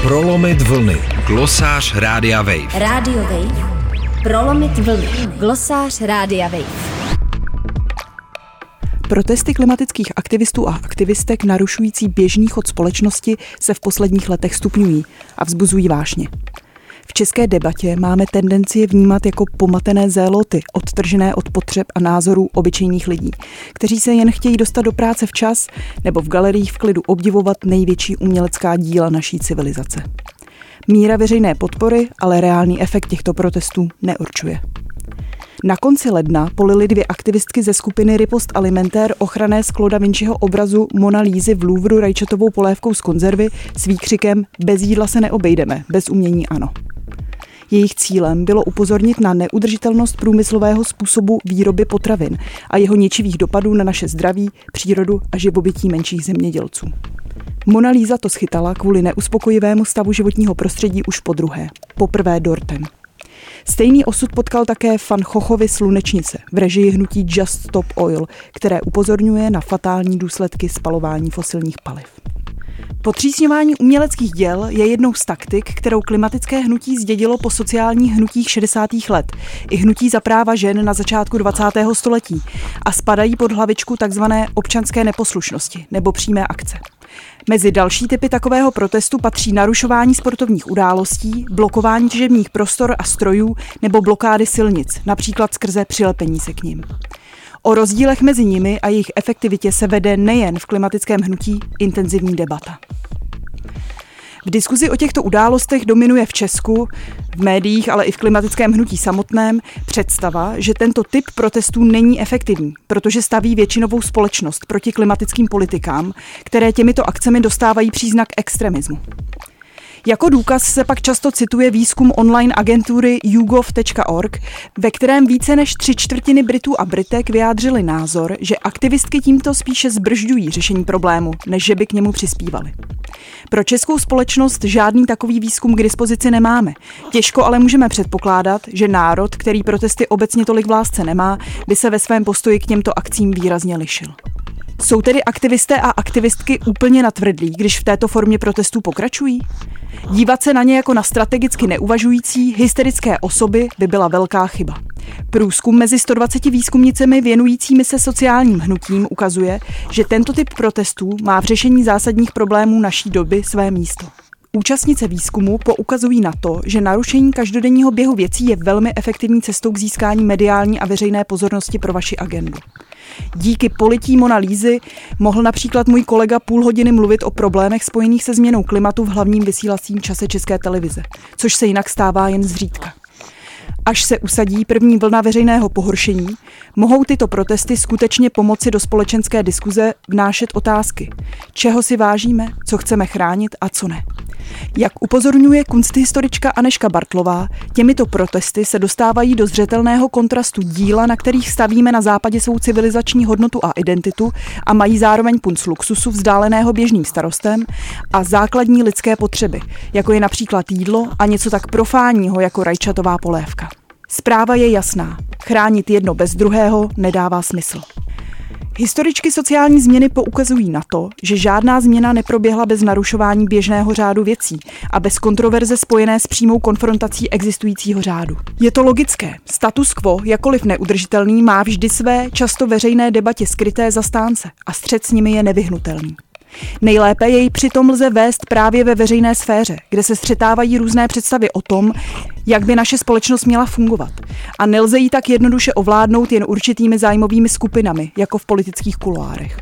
Prolomit vlny. Glosář Rádia Wave. Radio Wave. Prolomit vlny. Glosář Rádia Wave. Protesty klimatických aktivistů a aktivistek narušující běžný chod společnosti se v posledních letech stupňují a vzbuzují vášně. V české debatě máme tendenci je vnímat jako pomatené zéloty, odtržené od potřeb a názorů obyčejných lidí, kteří se jen chtějí dostat do práce včas nebo v galeriích v klidu obdivovat největší umělecká díla naší civilizace. Míra veřejné podpory, ale reálný efekt těchto protestů neurčuje. Na konci ledna polily 2 aktivistky ze skupiny Riposte Alimentaire ochranné sklo Da Vinciho obrazu Mona Lízy v Louvru rajčatovou polévkou z konzervy s výkřikem "Bez jídla se neobejdeme, bez umění ano". Jejich cílem bylo upozornit na neudržitelnost průmyslového způsobu výroby potravin a jeho ničivých dopadů na naše zdraví, přírodu a živobytí menších zemědělců. Mona Líza to schytala kvůli neuspokojivému stavu životního prostředí už podruhé, poprvé dortem. Stejný osud potkal také Van Goghovy Slunečnice v režii hnutí Just Stop Oil, které upozorňuje na fatální důsledky spalování fosilních paliv. Potřísňování uměleckých děl je jednou z taktik, kterou klimatické hnutí zdědilo po sociálních hnutích 60. let i hnutí za práva žen na začátku 20. století a spadají pod hlavičku tzv. Občanské neposlušnosti nebo přímé akce. Mezi další typy takového protestu patří narušování sportovních událostí, blokování těžebních prostor a strojů nebo blokády silnic, například skrze přilepení se k nim. O rozdílech mezi nimi a jejich efektivitě se vede nejen v klimatickém hnutí intenzivní debata. V diskuzi o těchto událostech dominuje v Česku, v médiích, ale i v klimatickém hnutí samotném představa, že tento typ protestů není efektivní, protože staví většinovou společnost proti klimatickým politikám, které těmito akcemi dostávají příznak extremismu. Jako důkaz se pak často cituje výzkum online agentury YouGov.org, ve kterém více než 3/4 Britů a Britek vyjádřili názor, že aktivistky tímto spíše zbržďují řešení problému, než že by k němu přispívali. Pro českou společnost žádný takový výzkum k dispozici nemáme. Těžko ale můžeme předpokládat, že národ, který protesty obecně tolik v lásce nemá, by se ve svém postoji k těmto akcím výrazně lišil. Jsou tedy aktivisté a aktivistky úplně natvrdlí, když v této formě protestů pokračují? Dívat se na ně jako na strategicky neuvažující, hysterické osoby by byla velká chyba. Průzkum mezi 120 výzkumnicemi věnujícími se sociálním hnutím ukazuje, že tento typ protestů má v řešení zásadních problémů naší doby své místo. Účastnice výzkumu poukazují na to, že narušení každodenního běhu věcí je velmi efektivní cestou k získání mediální a veřejné pozornosti pro vaši agendu. Díky polití Mona Lízy mohl například můj kolega půl hodiny mluvit o problémech spojených se změnou klimatu v hlavním vysílacím čase České televize, což se jinak stává jen zřídka. Až se usadí první vlna veřejného pohoršení, mohou tyto protesty skutečně pomoci do společenské diskuze vnášet otázky, čeho si vážíme, co chceme chránit a co ne. Jak upozorňuje kunsthistorička Anežka Bartlová, těmito protesty se dostávají do zřetelného kontrastu díla, na kterých stavíme na západě svou civilizační hodnotu a identitu a mají zároveň punc luxusu vzdáleného běžným starostem a základní lidské potřeby, jako je například jídlo a něco tak profánního jako rajčatová polévka. Zpráva je jasná. Chránit jedno bez druhého nedává smysl. Historičky sociální změny poukazují na to, že žádná změna neproběhla bez narušování běžného řádu věcí a bez kontroverze spojené s přímou konfrontací existujícího řádu. Je to logické. Status quo, jakkoliv neudržitelný, má vždy své, často veřejné debatě skryté zastánce a střet s nimi je nevyhnutelný. Nejlépe jej přitom lze vést právě ve veřejné sféře, kde se střetávají různé představy o tom, jak by naše společnost měla fungovat. A nelze ji tak jednoduše ovládnout jen určitými zájmovými skupinami, jako v politických kuloárech.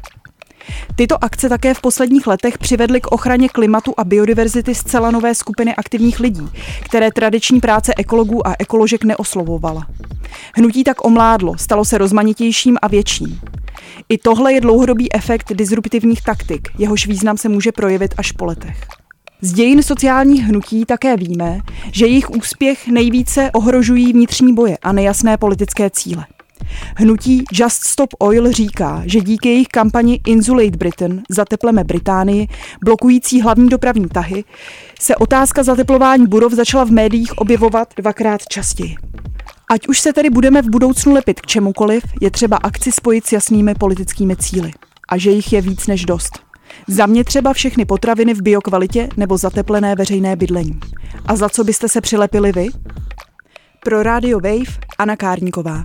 Tyto akce také v posledních letech přivedly k ochraně klimatu a biodiverzity zcela nové skupiny aktivních lidí, které tradiční práce ekologů a ekoložek neoslovovala. Hnutí tak omládlo, stalo se rozmanitějším a větším. I tohle je dlouhodobý efekt disruptivních taktik, jehož význam se může projevit až po letech. Z dějin sociálních hnutí také víme, že jejich úspěch nejvíce ohrožují vnitřní boje a nejasné politické cíle. Hnutí Just Stop Oil říká, že díky jejich kampani Insulate Britain, zatepleme Británii, blokující hlavní dopravní tahy, se otázka zateplování budov začala v médiích objevovat 2krát častěji. Ať už se tedy budeme v budoucnu lepit k čemukoliv, je třeba akci spojit s jasnými politickými cíli. A že jich je víc než dost. Za mě třeba všechny potraviny v biokvalitě nebo zateplené veřejné bydlení. A za co byste se přilepili vy? Pro Radio Wave Anna Kárníková.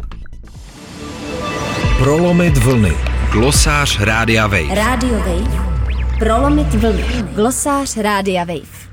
Prolomit vlny. Glosář Rádia Wave. Radio Wave. Prolomit vlny. Glosář Rádia Wave.